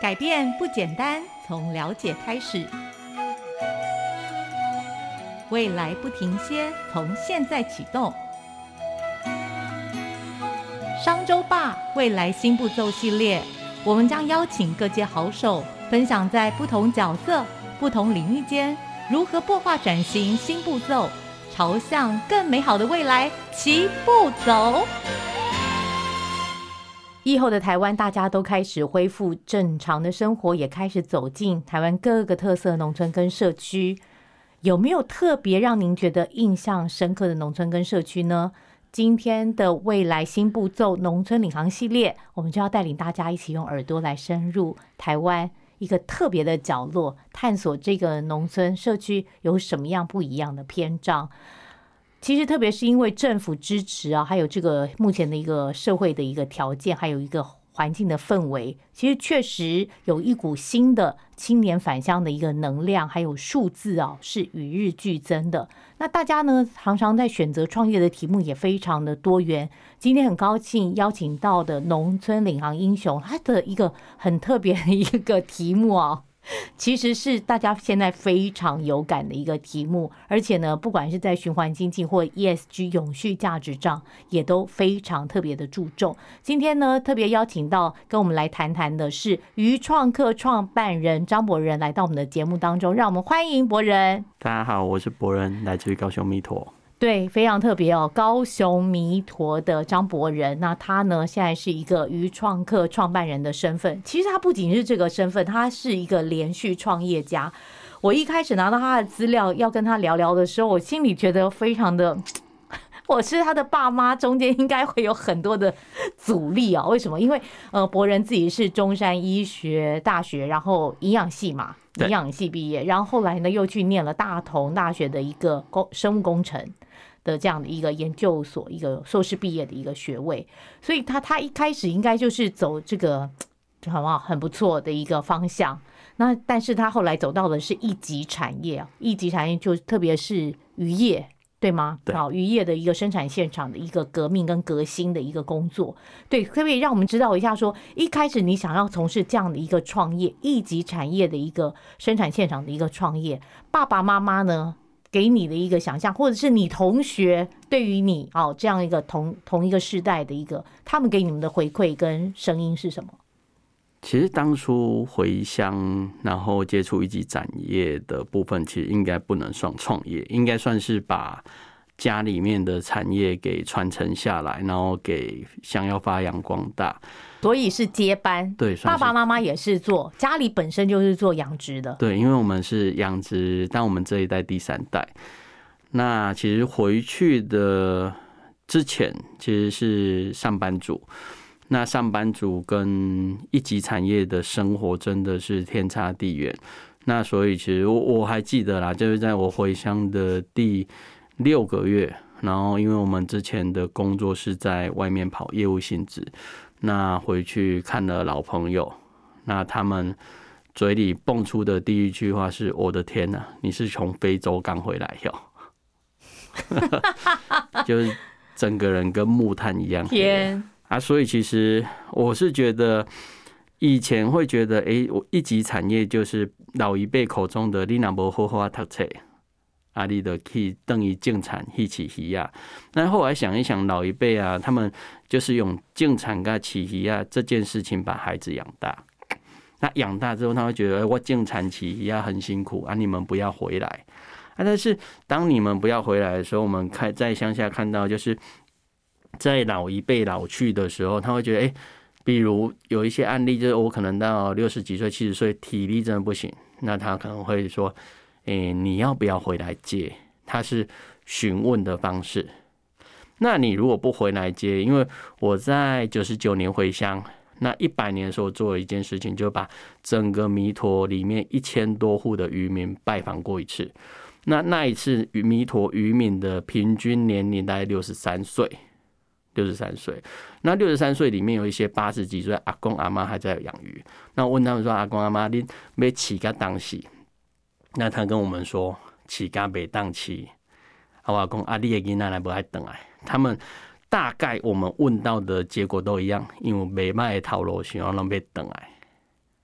改变不简单，从了解开始。未来不停歇，从现在启动。商周吧未来新步骤系列，我们将邀请各界好手，分享在不同角色、不同领域间如何擘画转型新步骤，朝向更美好的未来齐步走。疫后的台湾，大家都开始恢复正常的生活，也开始走进台湾各个特色农村跟社区。有没有特别让您觉得印象深刻的农村跟社区呢？今天的未来新步骤农村领航系列，我们就要带领大家一起用耳朵来深入台湾一个特别的角落，探索这个农村社区有什么样不一样的篇章。其实特别是因为政府支持啊，还有这个目前的一个社会的一个条件，还有一个环境的氛围，其实确实有一股新的青年返乡的一个能量，还有数字啊，是与日俱增的。那大家呢，常常在选择创业的题目也非常的多元。今天很高兴邀请到的农村领航英雄，他的一个很特别的一个题目啊，其实是大家现在非常有感的一个题目，而且呢，不管是在循环经济或 ESG 永续价值上，也都非常特别的注重。今天呢，特别邀请到跟我们来谈谈的是渔创客创办人张博仁来到我们的节目当中，让我们欢迎博仁。 大家好，我是博仁，来自于高雄弥陀。 对，非常特别哦，高雄弥陀的张博仁，那他呢现在是一个渔创客创办人的身份。其实他不仅是这个身份，他是一个连续创业家。我一开始拿到他的资料要跟他聊聊的时候，我心里觉得非常的，我是他的爸妈，中间应该会有很多的阻力啊。为什么？因为博仁自己是中山医学大学，然后营养系嘛，营养系毕业，然后后来呢又去念了大同大学的一个生物工程的这样的一个研究所，一个硕士毕业的一个学位，所以他一开始应该就是走这个好不好很不错的一个方向。那但是他后来走到的是一级产业，一级产业就特别是渔业，对吗？ 对， 好，渔业的一个生产现场的一个革命跟革新的一个工作，对，可不可以让我们知道一下说，一开始你想要从事这样的一个创业，一级产业的一个生产现场的一个创业，爸爸妈妈呢给你的一个想象，或者是你同学对于你这样一个同一个世代的一个，他们给你们的回馈跟声音是什么？ 其实当初回乡，然后接触一级产业的部分，其实应该不能算创业，应该算是把家里面的产业给传承下来，然后给想要发扬光大。 所以是接班， 对， 爸爸妈妈也是做，家里本身就是做养殖的。 对，因为我们是养殖，但我们这一代第3代。那其实回去的之前其实是上班族。那上班族跟一级产业的生活真的是天差地远。那所以其实我还记得啦，就是在我回乡的第6个月，然后因为我们之前的工作是在外面跑业务性质，那回去看了老朋友，那他们嘴里蹦出的第一句话是：“我的天哪，你是从非洲刚回来哟！”就是整个人跟木炭一样。 天啊，所以其实我是觉得，以前会觉得，我一级产业就是老一辈口中的“你若无好好读册，啊，你就去等于种产去饲鱼啊。”那后来想一想，老一辈啊，他们就是用种产跟饲鱼啊这件事情把孩子养大。那养大之后，他会觉得，我种产饲鱼啊很辛苦啊，你们不要回来啊。但是当你们不要回来的时候，我们在乡下看到就是。在老一辈老去的时候，他会觉得，比如有一些案例，就是我可能到60几岁、70岁，体力真的不行，那他可能会说，你要不要回来接？他是询问的方式。那你如果不回来接，因为我在99年回乡，那100年的时候做了一件事情，就把整个弥陀里面1000多户的渔民拜访过一次。那一次弥陀渔民的平均年龄大概63岁。63岁，那63岁里面有一些80几岁阿公阿妈还在养鱼。那我问他们说：“阿公阿妈，你要饲到当时？”那他跟我们说：“饲到没当期。”我讲啊，你的囡仔来不爱等来？他们大概我们问到的结果都一样，因为没卖头路，想要让被等来。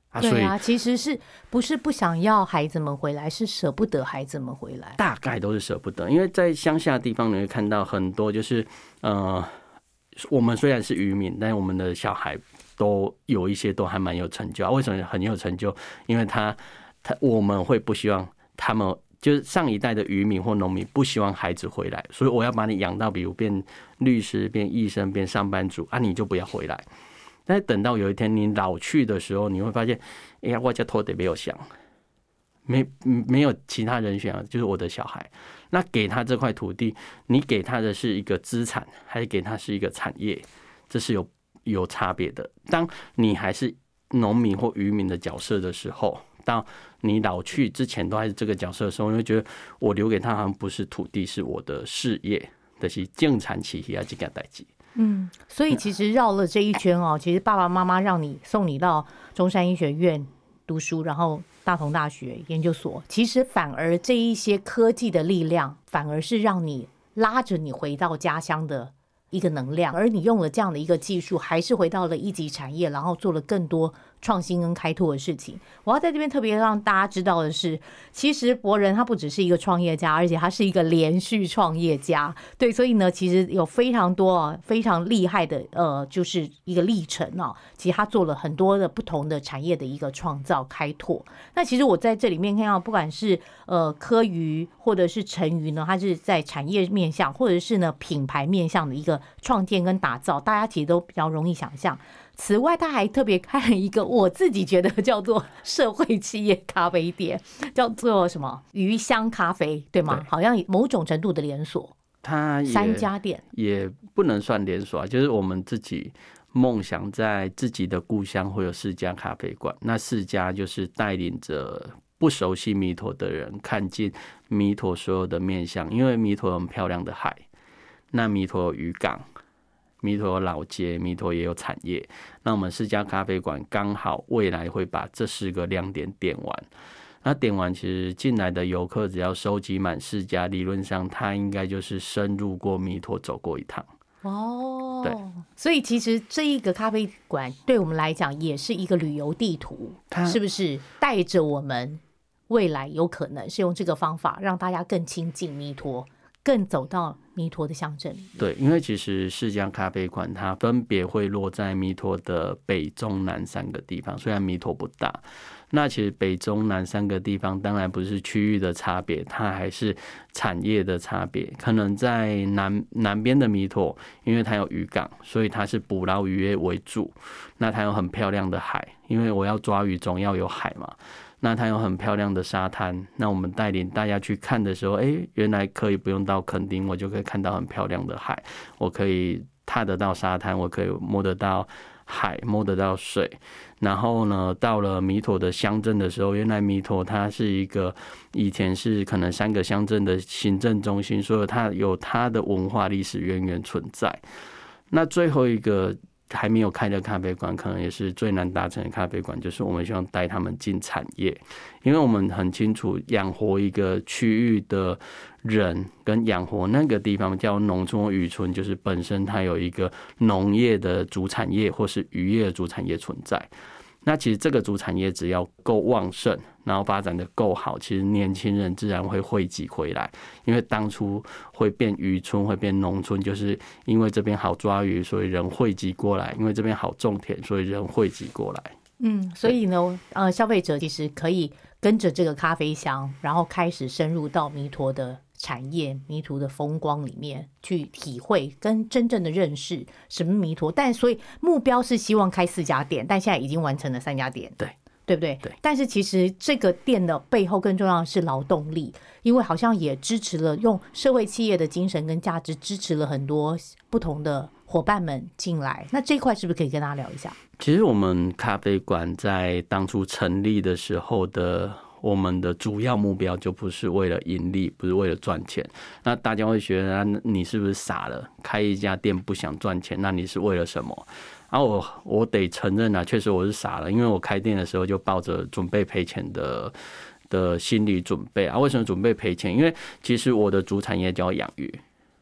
对啊，其实是不是不想要孩子们回来，是舍不得孩子们回来， 大概都是舍不得。因为在乡下地方，你会看到很多就是我们虽然是渔民，但是我们的小孩都有一些都还蛮有成就。为什么很有成就？因为我们会不希望他们。就是上一代的渔民或农民不希望孩子回来，所以我要把你养到比如变律师、变医生、变上班族啊，你就不要回来。但是等到有一天你老去的时候，你会发现，哎呀，我家拖得没有想，没有其他人选，就是我的小孩。那给他这块土地，你给他的是一个资产，还是给他是一个产业？这是有差别的。当你还是农民或渔民的角色的时候，到你老去之前都还是这个角色的时候，你会觉得我留给他好像不是土地，是我的事业，就是种产起起啊这件代志。 所以其实绕了这一圈哦，其实爸爸妈妈送你到中山医学院读书，然后大同大学研究所，其实反而这一些科技的力量，反而是让你拉着你回到家乡的一个能量，而你用了这样的一个技术，还是回到了一级产业，然后做了更多创新跟开拓的事情。我要在这边特别让大家知道的是，其实博仁他不只是一个创业家，而且他是一个连续创业家。对，所以呢，其实有非常多非常厉害的就是一个历程啊。其实他做了很多的不同的产业的一个创造开拓。那其实我在这里面看到，不管是科渔或者是成渔呢，它是在产业面向，或者是呢品牌面向的一个创建跟打造，大家其实都比较容易想象。此外，他还特别开了一个我自己觉得叫做社会企业咖啡店，叫做什么鱼香咖啡，对吗？好像某种程度的连锁， 它 3家店也不能算连锁，就是我们自己梦想在自己的故乡会有4家咖啡馆，那4家就是带领着不熟悉弥陀的人看见弥陀所有的面向，因为弥陀有很漂亮的海，那弥陀有渔港。弥陀有老街，弥陀也有产业。那我们4家咖啡馆刚好未来会把这4个亮点点完。那点完，其实进来的游客只要收集满4家，理论上他应该就是深入过弥陀走过一趟。 哦， 对， 所以其实这一个咖啡馆对我们来讲也是一个旅游地图，是不是带着我们未来有可能是用这个方法让大家更亲近弥陀，更走到弥陀的乡镇里面。 对，因为其实4家咖啡馆它分别会落在弥陀的北中南3个地方，虽然弥陀不大，那其实北中南3个地方当然不是区域的差别，它还是产业的差别。可能在南边的弥陀，因为它有渔港，所以它是捕捞渔业为主，那它有很漂亮的海，因为我要抓鱼总要有海嘛。那它有很漂亮的沙滩，那我们带领大家去看的时候，原来可以不用到垦丁，我就可以看到很漂亮的海，我可以踏得到沙滩，我可以摸得到海，摸得到水。然后呢，到了弥陀的乡镇的时候，原来弥陀它是一个以前是可能3个乡镇的行政中心，所以它有它的文化历史渊源存在。那最后一个还没有开的咖啡馆，可能也是最难达成的咖啡馆，就是我们希望带他们进产业，因为我们很清楚养活一个区域的人跟养活那个地方叫农村或渔村，就是本身它有一个农业的主产业或是渔业的主产业存在。那其实这个主产业只要够旺盛，然后发展的够好，其实年轻人自然会汇集回来。因为当初会变渔村，会变农村，就是因为这边好抓鱼，所以人汇集过来；因为这边好种田，所以人汇集过来。 所以呢，消费者其实可以跟着这个咖啡香，然后开始深入到弥陀的产业、弥陀的风光里面去体会跟真正的认识什么弥陀。但所以目标是希望开4家店，但现在已经完成了3家店，对不对？ 对。 但是其实这个店的背后更重要的是劳动力，因为好像也支持了用社会企业的精神跟价值，支持了很多不同的伙伴们进来。那这一块是不是可以跟大家聊一下？ 其实我们咖啡馆在当初成立的时候的我们的主要目标就不是为了盈利，不是为了赚钱。那大家会觉得你是不是傻了？开一家店不想赚钱，那你是为了什么？我得承认啊，确实我是傻了，因为我开店的时候就抱着准备赔钱的心理准备啊。为什么准备赔钱？因为其实我的主产业叫养鱼，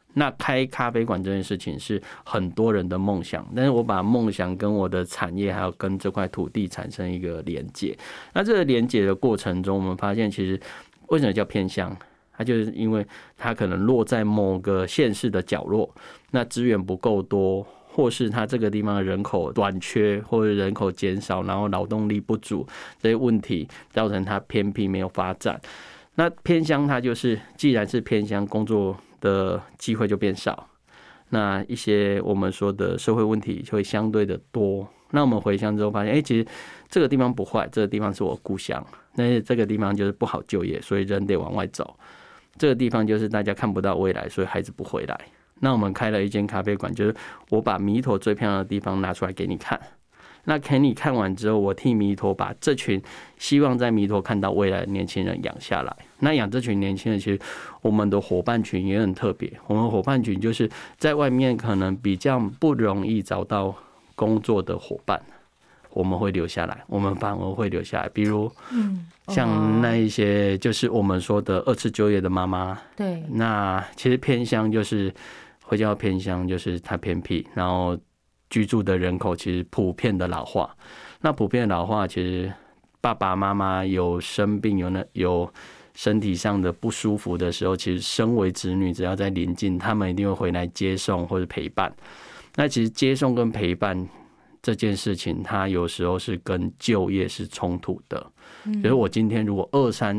那开咖啡馆这件事情是很多人的梦想，但是我把梦想跟我的产业还有跟这块土地产生一个连结。那这个连结的过程中，我们发现其实为什么叫偏乡？它就是因为它可能落在某个县市的角落，那资源不够多，或是它这个地方的人口短缺，或者人口减少，然后劳动力不足这些问题，造成它偏僻没有发展。那偏乡它就是既然是偏乡，工作的机会就变少，那一些我们说的社会问题就会相对的多。那我们回乡之后发现，其实这个地方不坏，这个地方是我故乡，那这个地方就是不好就业，所以人得往外走。这个地方就是大家看不到未来，所以孩子不回来。那我们开了一间咖啡馆，就是我把弥陀最漂亮的地方拿出来给你看。那给你看完之后，我替弥陀把这群希望在弥陀看到未来的年轻人养下来。那养这群年轻人，其实我们的伙伴群也很特别。我们伙伴群就是在外面可能比较不容易找到工作的伙伴，我们会留下来，我们反而会留下来。比如，像那一些就是我们说的二次就业的妈妈， 对， 那其实偏乡就是会叫偏乡，就是它偏僻，然后居住的人口其实普遍的老化。那普遍的老化，其实爸爸妈妈有生病，有身体上的不舒服的时候，其实身为子女，只要在邻近，他们一定会回来接送或者陪伴。那其实接送跟陪伴这件事情，它有时候是跟就业是冲突的。比如我今天如果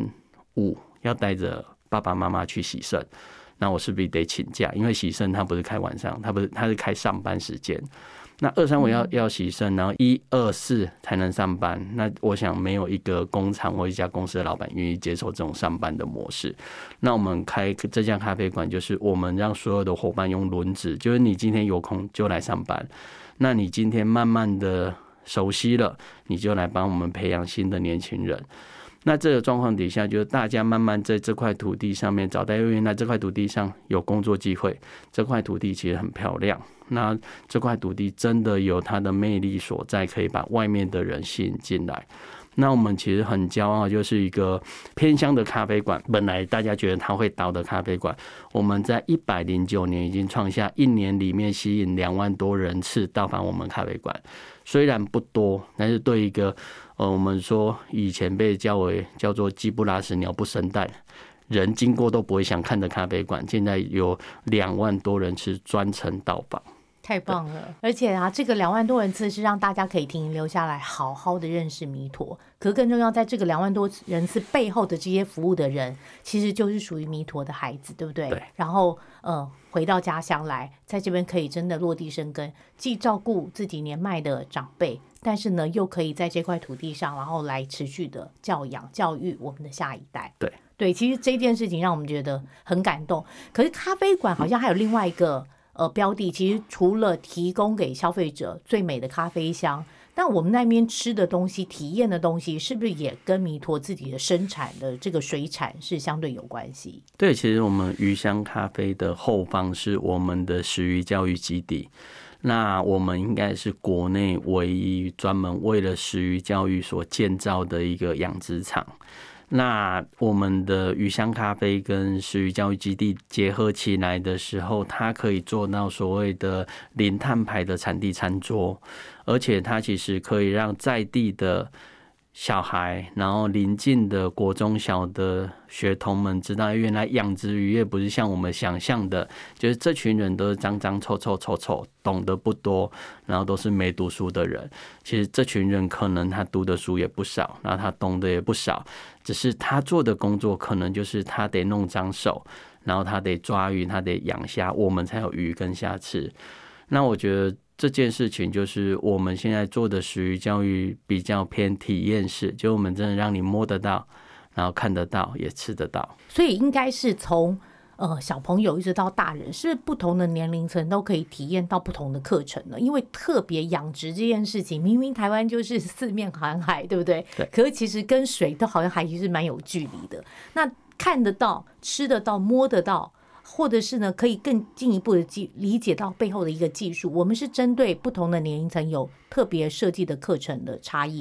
2、3、5要带着爸爸妈妈去洗肾，那我是不是得请假？因为洗肾它不是开晚上，它是开上班时间。那2、3、5要洗肾，然后1、2、4才能上班。那我想没有一个工厂或一家公司的老板愿意接受这种上班的模式。那我们开这家咖啡馆，就是我们让所有的伙伴用轮值，就是你今天有空就来上班。那你今天慢慢的熟悉了，你就来帮我们培养新的年轻人。那这个状况底下，就是大家慢慢在这块土地上面找到，原来这块土地上有工作机会，这块土地其实很漂亮，那这块土地真的有它的魅力所在，可以把外面的人吸引进来。那我们其实很骄傲，就是一个偏乡的咖啡馆。本来大家觉得它会倒的咖啡馆，我们在109年已经创下1年里面吸引2万多人次到访我们咖啡馆。虽然不多，但是对一个我们说以前被叫做鸡不拉屎鸟不生蛋，人经过都不会想看的咖啡馆，现在有2万多人次专程到访。 太棒了！而且啊，这个2万多人次是让大家可以停留下来，好好的认识弥陀。可是更重要，在这个2万多人次背后的这些服务的人，其实就是属于弥陀的孩子，对不对？ 对。 然后回到家乡来，在这边可以真的落地生根，既照顾自己年迈的长辈，但是呢，又可以在这块土地上，然后来持续的教育我们的下一代。对，其实这件事情让我们觉得很感动。可是咖啡馆好像还有另外一个标的，其实除了提供给消费者最美的咖啡香，那我们那边吃的东西、体验的东西，是不是也跟弥陀自己的生产的这个水产是相对有关系？ 对，其实我们鱼香咖啡的后方是我们的食鱼教育基地。那我们应该是国内唯一专门为了食鱼教育所建造的一个养殖场。那我们的鱼香咖啡跟食鱼教育基地结合起来的时候，它可以做到所谓的零碳排的产地餐桌，而且它其实可以让在地的小孩，然后邻近的国中小的学童们知道，原来养殖渔业不是像我们想象的，就是这群人都是脏脏臭臭臭臭，懂得不多，然后都是没读书的人。其实这群人可能他读的书也不少，然后他懂得也不少，只是他做的工作可能就是他得弄脏手，然后他得抓鱼，他得养虾，我们才有鱼跟虾吃。那我觉得这件事情就是我们现在做的食鱼教育比较偏体验式，就我们真的让你摸得到，然后看得到，也吃得到。 所以应该是从小朋友一直到大人，是不同的年龄层都可以体验到不同的课程的。因为特别养殖这件事情，明明台湾就是四面环海，对不对？ 对。 可是其实跟水都好像还是蛮有距离的。那看得到、吃得到、摸得到，或者是呢，可以更进一步的理解到背后的一个技术。我们是针对不同的年龄层有特别设计的课程的差异吗？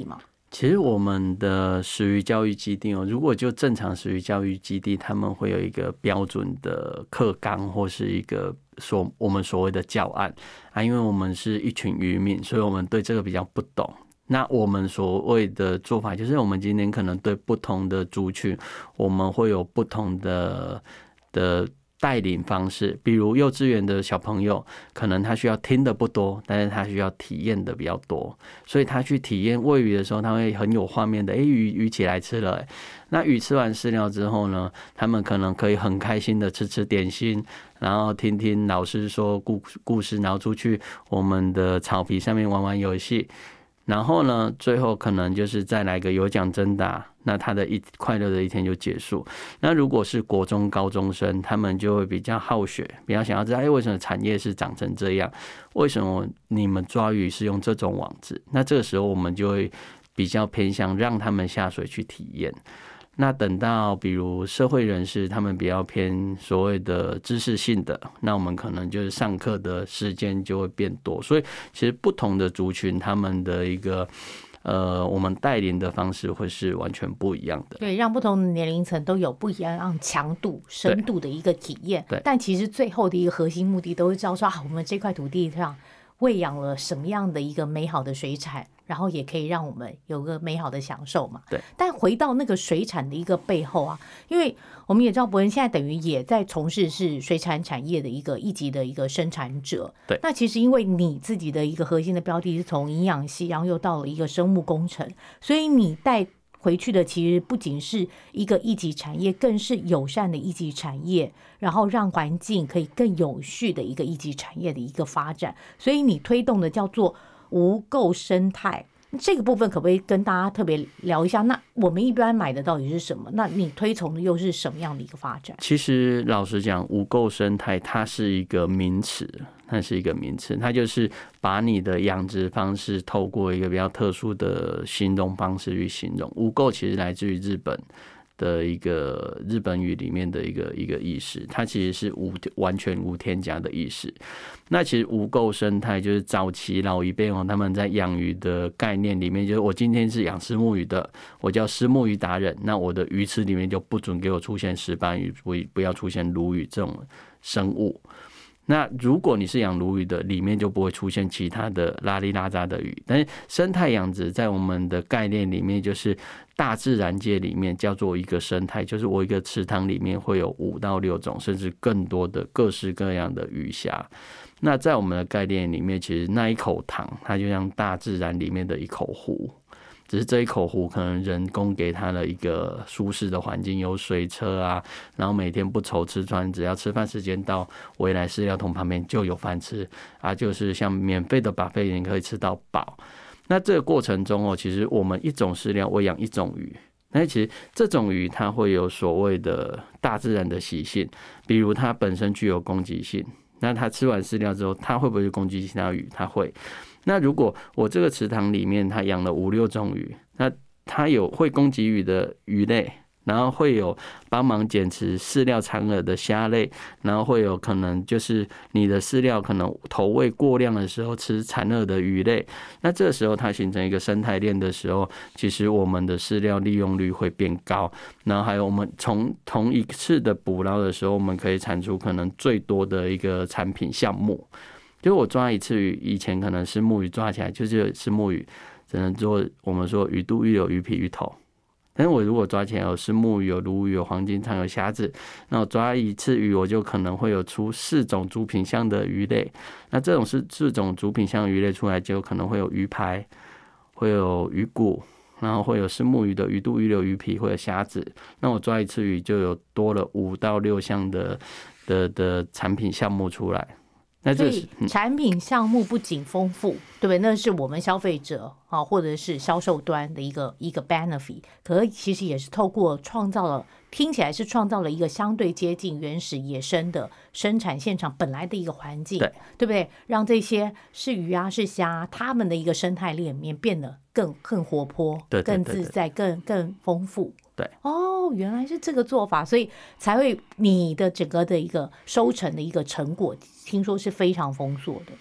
其实我们的食鱼教育基地如果就正常食鱼教育基地，他们会有一个标准的课纲或是一个我们所谓的教案啊，因为我们是一群渔民，所以我们对这个比较不懂。那我们所谓的做法就是，我们今天可能对不同的族群，我们会有不同的带领方式。比如幼稚园的小朋友，可能他需要听的不多，但是他需要体验的比较多，所以他去体验喂鱼的时候，他会很有画面的。鱼起来吃了，那鱼吃完饲料之后呢，他们可能可以很开心的吃点心，然后听听老师说故事，然后出去我们的草皮上面玩游戏。然后呢，最后可能就是再来个有奖征答，那他的快乐的一天就结束。那如果是国中高中生，他们就会比较好学，比较想要知道，为什么产业是长成这样？为什么你们抓鱼是用这种网子？那这个时候我们就会比较偏向让他们下水去体验。那等到比如社会人士，他们比较偏所谓的知识性的，那我们可能就是上课的时间就会变多。所以其实不同的族群，他们的一个我们带领的方式会是完全不一样的。 对，让不同的年龄层都有不一样强度、深度的一个体验。 对， 但其实最后的一个核心目的都是知道说我们这块土地上喂养了什么样的一个美好的水产，然后也可以让我们有个美好的享受嘛。 对。 但回到那个水产的一个背后啊，因为我们也知道伯恩现在等于也在从事是水产产业的一级的一个生产者。 对。 那其实因为你自己的一个核心的标的是从营养系，然后又到了一个生物工程，所以你带回去的其实不仅是一个一级产业，更是友善的一级产业，然后让环境可以更有序的一个一级产业的一个发展。所以你推动的叫做无垢生态，这个部分可不可以跟大家特别聊一下？那我们一般买的到底是什么？那你推崇的又是什么样的一个发展？ 其实老实讲，无垢生态它是一个名词，它就是把你的养殖方式透过一个比较特殊的形容方式去形容。无垢其实来自于日本的一个日本语里面的一个意思，它其实是完全无添加的意思。那其实无垢生态就是早期老一辈他们在养鱼的概念里面，就是我今天是养虱目鱼的，我叫虱目鱼达人，那我的鱼池里面就不准给我出现石斑鱼，不要出现鲈鱼这种生物。那如果你是养鲈鱼的，里面就不会出现其他的拉里拉扎的鱼。但是生态养殖在我们的概念里面，就是大自然界里面叫做一个生态，就是我一个池塘里面会有5到6种甚至更多的各式各样的鱼虾。那在我们的概念里面，其实那一口塘它就像大自然里面的一口湖，只是这一口湖可能人工给它了一个舒适的环境，有水车啊，然后每天不愁吃穿，只要吃饭时间到，围来饲料桶旁边就有饭吃啊，就是像免费的buffet，你可以吃到饱。那这个过程中其实我们一种饲料喂养一种鱼，那其实这种鱼它会有所谓的大自然的习性，比如它本身具有攻击性，那它吃完饲料之后，它会不会攻击其他鱼？它会。那如果我这个池塘里面它养了5、6种鱼，那它有会攻击鱼的鱼类，然后会有帮忙减持饲料残额的虾类，然后会有可能就是你的饲料可能投喂过量的时候吃残额的鱼类，那这时候它形成一个生态链的时候，其实我们的饲料利用率会变高，然后还有我们从同一次的捕捞的时候，我们可以产出可能最多的一个产品项目。就是我抓一次鱼，以前可能是木鱼抓起来就是石目鱼，只能做我们说鱼肚、鱼柳、鱼皮、鱼头。但是我如果抓起来有石目鱼、有鲈鱼、有黄金鲳、有虾子，那我抓一次鱼，我就可能会有出4种主品项的鱼类。那这种是4种主品项鱼类出来，就可能会有鱼排，会有鱼骨，然后会有石目鱼的鱼肚、鱼柳、鱼皮，会有虾子。那我抓一次鱼就有多了5到6项的产品项目出来。那所以产品项目不仅丰富，对不对？那是我们消费者或者是销售端的一个 benefit， 可是其实也是透过创造了，听起来是创造了一个相对接近原始野生的生产现场本来的一个环境，对不对？让这些是鱼啊是虾，他们的一个生态链面变得更活泼，更自在，更丰富。 对， 原来是这个做法，所以才会你的整个的一个收成的一个成果，听说是非常丰硕的。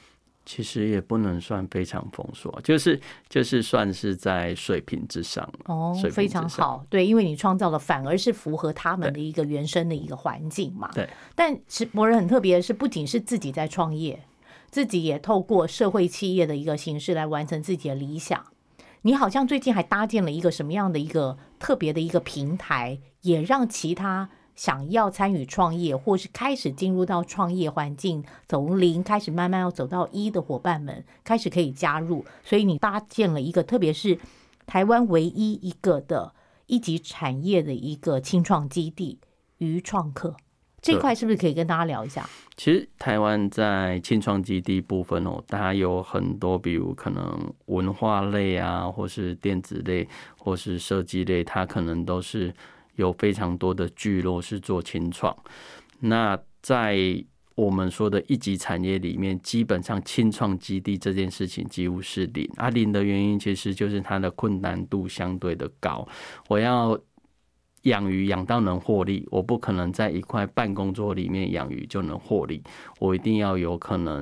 其实也不能算非常封锁，就是算是在水平之上哦，非常好，对，因为你创造的反而是符合他们的一个原生的一个环境嘛。 对。 但是博仁很特别的是，不仅是自己在创业，自己也透过社会企业的一个形式来完成自己的理想。你好像最近还搭建了一个什么样的一个特别的一个平台，也让其他想要参与创业或是开始进入到创业环境，从零开始慢慢要走到一的伙伴们开始可以加入，所以你搭建了一个特别是台湾唯一一个的一级产业的一个青创基地渔创客，这块是不是可以跟大家聊一下？ 其实台湾在青创基地部分它有很多，比如可能文化类啊，或是电子类，或是设计类，它可能都是有非常多的聚落是做青创。那在我们说的一级产业里面，基本上青创基地这件事情几乎是零。零的原因其实就是它的困难度相对的高。我要养鱼养到能获利，我不可能在一块办公桌里面养鱼就能获利，我一定要有可能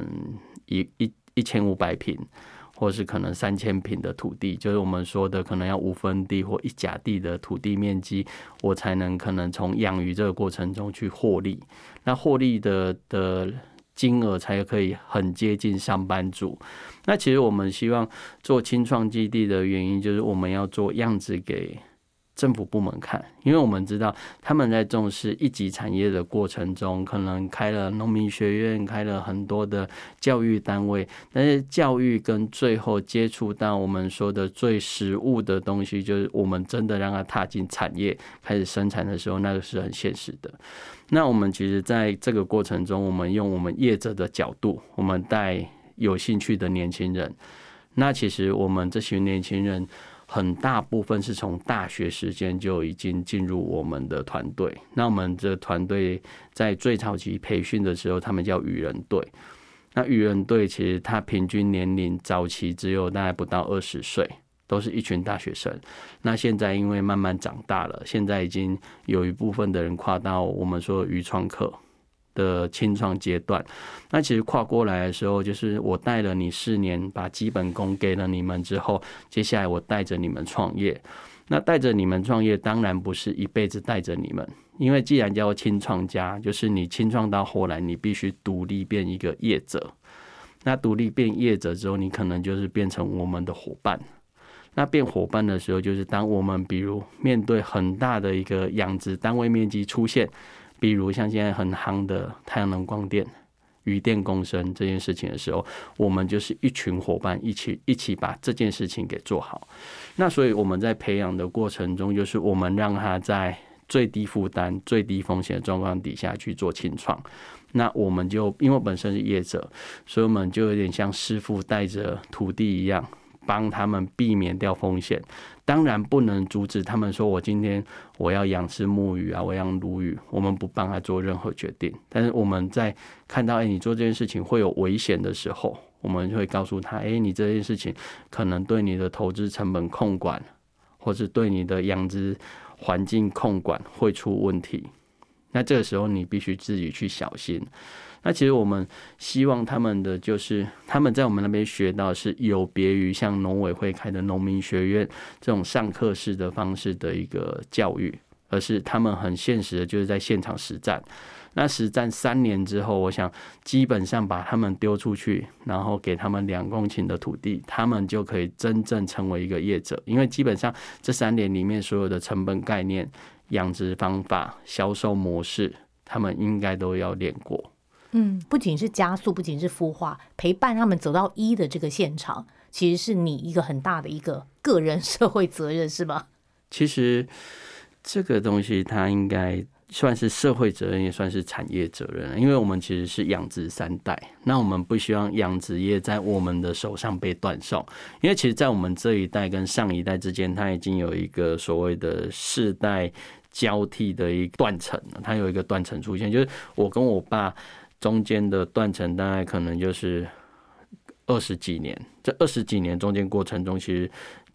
1500坪。或是可能3000坪的土地，就是我们说的可能要5分地或1甲地的土地面积，我才能可能从养鱼这个过程中去获利。那获利的金额才可以很接近上班族。那其实我们希望做青创基地的原因，就是我们要做样子给政府部门看，因为我们知道他们在重视一级产业的过程中，可能开了农民学院，开了很多的教育单位，但是教育跟最后接触到我们说的最实务的东西，就是我们真的让他踏进产业开始生产的时候，那个是很现实的。那我们其实在这个过程中，我们用我们业者的角度，我们带有兴趣的年轻人，那其实我们这群年轻人很大部分是从大学时间就已经进入我们的团队。那我们这团队在最早期培训的时候，他们叫渔人队。那渔人队其实他平均年龄早期只有大概不到20岁，都是一群大学生。那现在因为慢慢长大了，现在已经有一部分的人跨到我们说渔创课的青创阶段。那其实跨过来的时候，就是我带了你4年，把基本功给了你们之后，接下来我带着你们创业。那带着你们创业，当然不是一辈子带着你们，因为既然叫青创家，就是你青创到后来，你必须独立变一个业者。那独立变业者之后，你可能就是变成我们的伙伴。那变伙伴的时候，就是当我们比如面对很大的一个养殖单位面积出现，比如像现在很夯的太阳能光电、渔电共生这件事情的时候，我们就是一群伙伴一起把这件事情给做好。那所以我们在培养的过程中，就是我们让他在最低负担、最低风险的状况底下去做青创。那我们就因为我本身是业者，所以我们就有点像师傅带着徒弟一样，帮他们避免掉风险。当然不能阻止他们说我今天我要养殖木鱼啊，我要养鲈鱼，我们不帮他做任何决定。但是我们在看到你做这件事情会有危险的时候，我们会告诉他你这件事情可能对你的投资成本控管，或是对你的养殖环境控管会出问题。那这个时候你必须自己去小心。那其实我们希望他们的就是他们在我们那边学到是有别于像农委会开的农民学院这种上课式的方式的一个教育，而是他们很现实的就是在现场实战。那实战3年之后，我想基本上把他们丢出去，然后给他们2公顷的土地，他们就可以真正成为一个业者。因为基本上这3年里面所有的成本概念、养殖方法、销售模式，他们应该都要练过。 不仅是加速，不仅是孵化，陪伴他们走到1的这个现场，其实是你一个很大的一个个人社会责任，是吗？ 其实这个东西它应该算是社会责任，也算是产业责任，因为我们其实是养殖3代，那我们不希望养殖业在我们的手上被断送，因为其实在我们这一代跟上一代之间，它已经有一个所谓的世代交替的一个断层，它有一个断层出现，就是我跟我爸中间的断层大概可能就是20几年，这20几年中间过程中，其实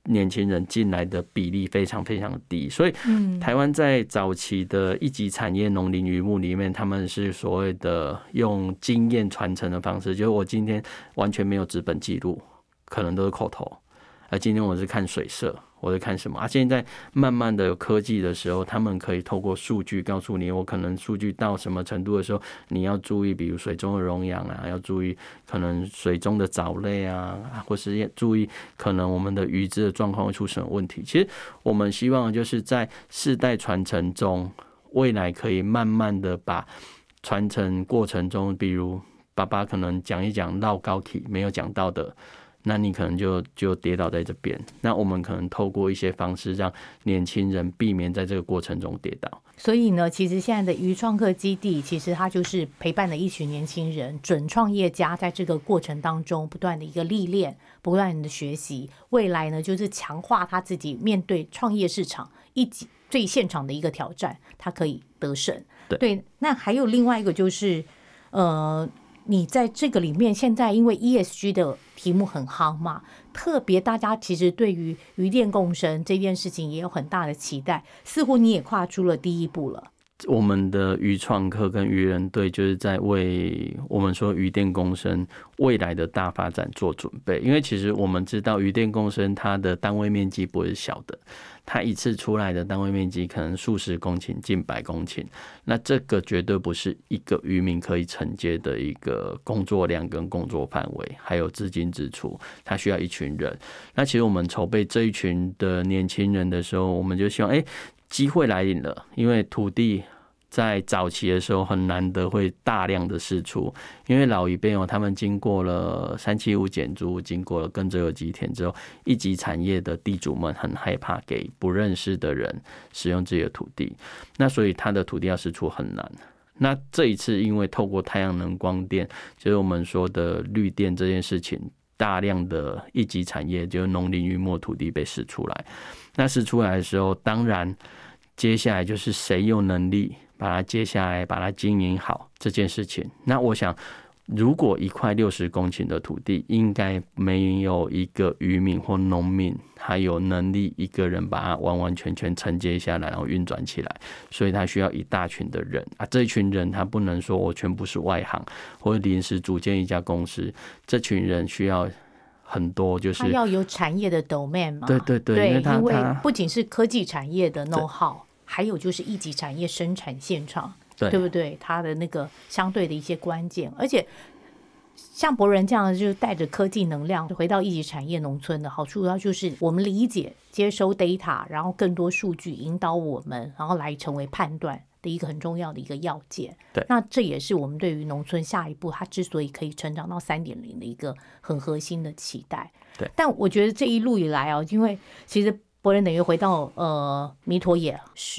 年轻人进来的比例非常非常低，所以台湾在早期的一级产业农林渔牧里面，他们是所谓的用经验传承的方式，就是我今天完全没有纸本记录，可能都是口头，而今天我是看水色，我在看什么啊？现在慢慢的有科技的时候，他们可以透过数据告诉你，我可能数据到什么程度的时候，你要注意，比如水中的溶氧啊，要注意可能水中的藻类啊，或是要注意可能我们的鱼只的状况会出什么问题。其实我们希望就是在世代传承中，未来可以慢慢的把传承过程中，比如爸爸可能讲一讲绕高体没有讲到的。那你可能就跌倒在这边，那我们可能透过一些方式让年轻人避免在这个过程中跌倒。 所以呢，其实现在的渔创客基地，其实它就是陪伴了一群年轻人、准创业家，在这个过程当中不断的一个历练，不断的学习，未来呢就是强化他自己面对创业市场最现场的一个挑战，他可以得胜。对，那还有另外一个就是你在这个里面，现在因为 ESG 的题目很夯嘛，特别大家其实对于渔电共生这件事情也有很大的期待，似乎你也跨出了第一步了。 我们的渔创客跟渔人队就是在为我们说渔电共生未来的大发展做准备，因为其实我们知道渔电共生它的单位面积不会是小的，它一次出来的单位面积可能数十公顷、近100公顷，那这个绝对不是一个渔民可以承接的一个工作量跟工作范围，还有资金支出，它需要一群人。那其实我们筹备这一群的年轻人的时候，我们就希望，机会来临了，因为土地在早期的时候很难得会大量的释出，因为老一辈他们经过了375减租，经过了耕者有机田之后，一级产业的地主们很害怕给不认识的人使用自己的土地，那所以他的土地要释出很难。那这一次因为透过太阳能光电，就是我们说的绿电这件事情，大量的一级产业就是农林渔牧土地被释出来，那释出来的时候，当然接下来就是谁有能力把它接下来把它经营好这件事情。那我想如果一块60公顷的土地，应该没有一个渔民或农民他有能力一个人把它完完全全承接下来然后运转起来，所以他需要一大群的人啊。这一群人他不能说我全部是外行或者临时组建一家公司，这群人需要很多，就是他要有产业的 domain 嘛。 对，因为不仅是科技产业的 know how， 还有就是一级产业生产现场，对不对？它的那个相对的一些关键，而且像博仁这样就带着科技能量回到一级产业农村的好处，就是我们理解、接收 data， 然后更多数据引导我们，然后来成为判断的一个很重要的一个要件。 对， 那这也是我们对于农村下一步它之所以可以成长到 3.0 的一个很核心的期待。 对， 但我觉得这一路以来因为其实博仁等于回到弥陀也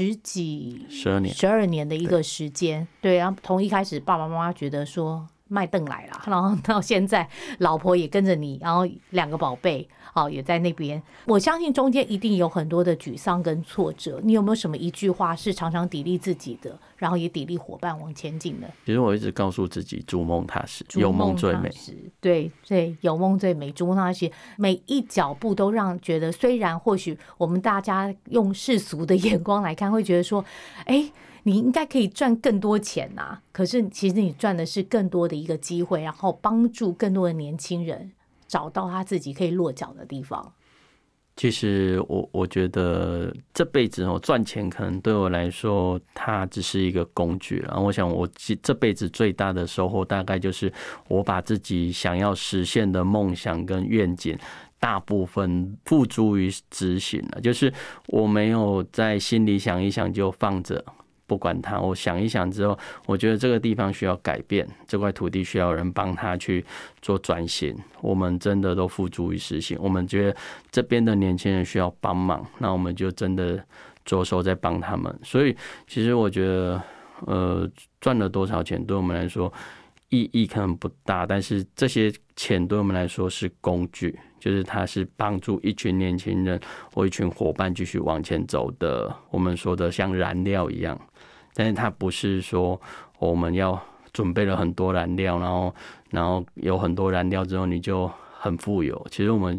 12年的一个时间，对，然后从一开始爸爸妈妈觉得说卖凳来了，然后到现在老婆也跟着你，然后2个宝贝也在那边。我相信中间一定有很多的沮丧跟挫折，你有没有什么一句话是常常砥砺自己的，然后也砥砺伙伴往前进的？ 其实我一直告诉自己，逐梦踏实，有梦最美。 对，有梦最美，逐梦踏实，每一脚步都让觉得，虽然或许我们大家用世俗的眼光来看，会觉得说，你应该可以赚更多钱啊，可是其实你赚的是更多的一个机会，然后帮助更多的年轻人找到他自己可以落脚的地方。 其实我觉得这辈子赚钱可能对我来说它只是一个工具，然后我想我这辈子最大的收获大概就是我把自己想要实现的梦想跟愿景大部分付诸于执行了，就是我没有在心里想一想就放着不管它，我想一想之后，我觉得这个地方需要改变，这块土地需要有人帮他去做转型，我们真的都付诸于实行。我们觉得这边的年轻人需要帮忙，那我们就真的着手在帮他们。所以其实我觉得赚了多少钱对我们来说意义可能不大，但是这些钱对我们来说是工具，就是它是帮助一群年轻人或一群伙伴继续往前走的，我们说的像燃料一样。但是它不是说我们要准备了很多燃料，然后有很多燃料之后你就很富有。其实我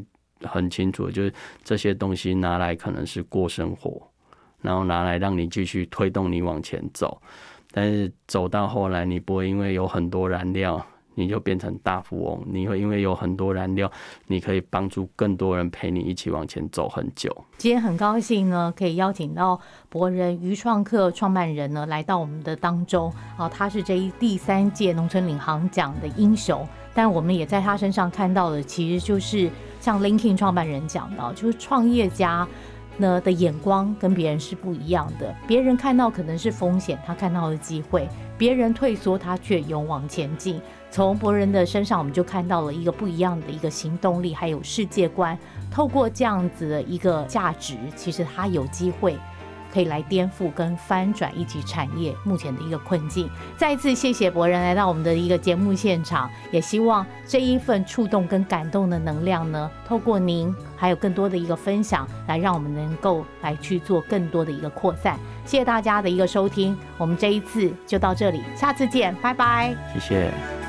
很清楚，就是这些东西拿来可能是过生活，然后拿来让你继续推动你往前走。但是走到后来，你不会因为有很多燃料你就变成大富翁，你会因为有很多燃料，你可以帮助更多人陪你一起往前走很久。 今天很高兴呢，可以邀请到博人渔创客创办人呢来到我们的当中。他是这第3届农村领航奖的英雄，但我们也在他身上看到的，其实就是像 Linkin 创办人讲的，就是创业家呢的眼光跟别人是不一样的，别人看到可能是风险，他看到的机会，别人退缩，他却勇往前进。从博人的身上，我们就看到了一个不一样的一个行动力，还有世界观。透过这样子的一个价值，其实他有机会可以来颠覆跟翻转一级产业目前的一个困境。再一次谢谢博人来到我们的一个节目现场，也希望这一份触动跟感动的能量呢，透过您还有更多的一个分享，来让我们能够来去做更多的一个扩散。谢谢大家的一个收听，我们这一次就到这里，下次见，拜拜， 谢谢。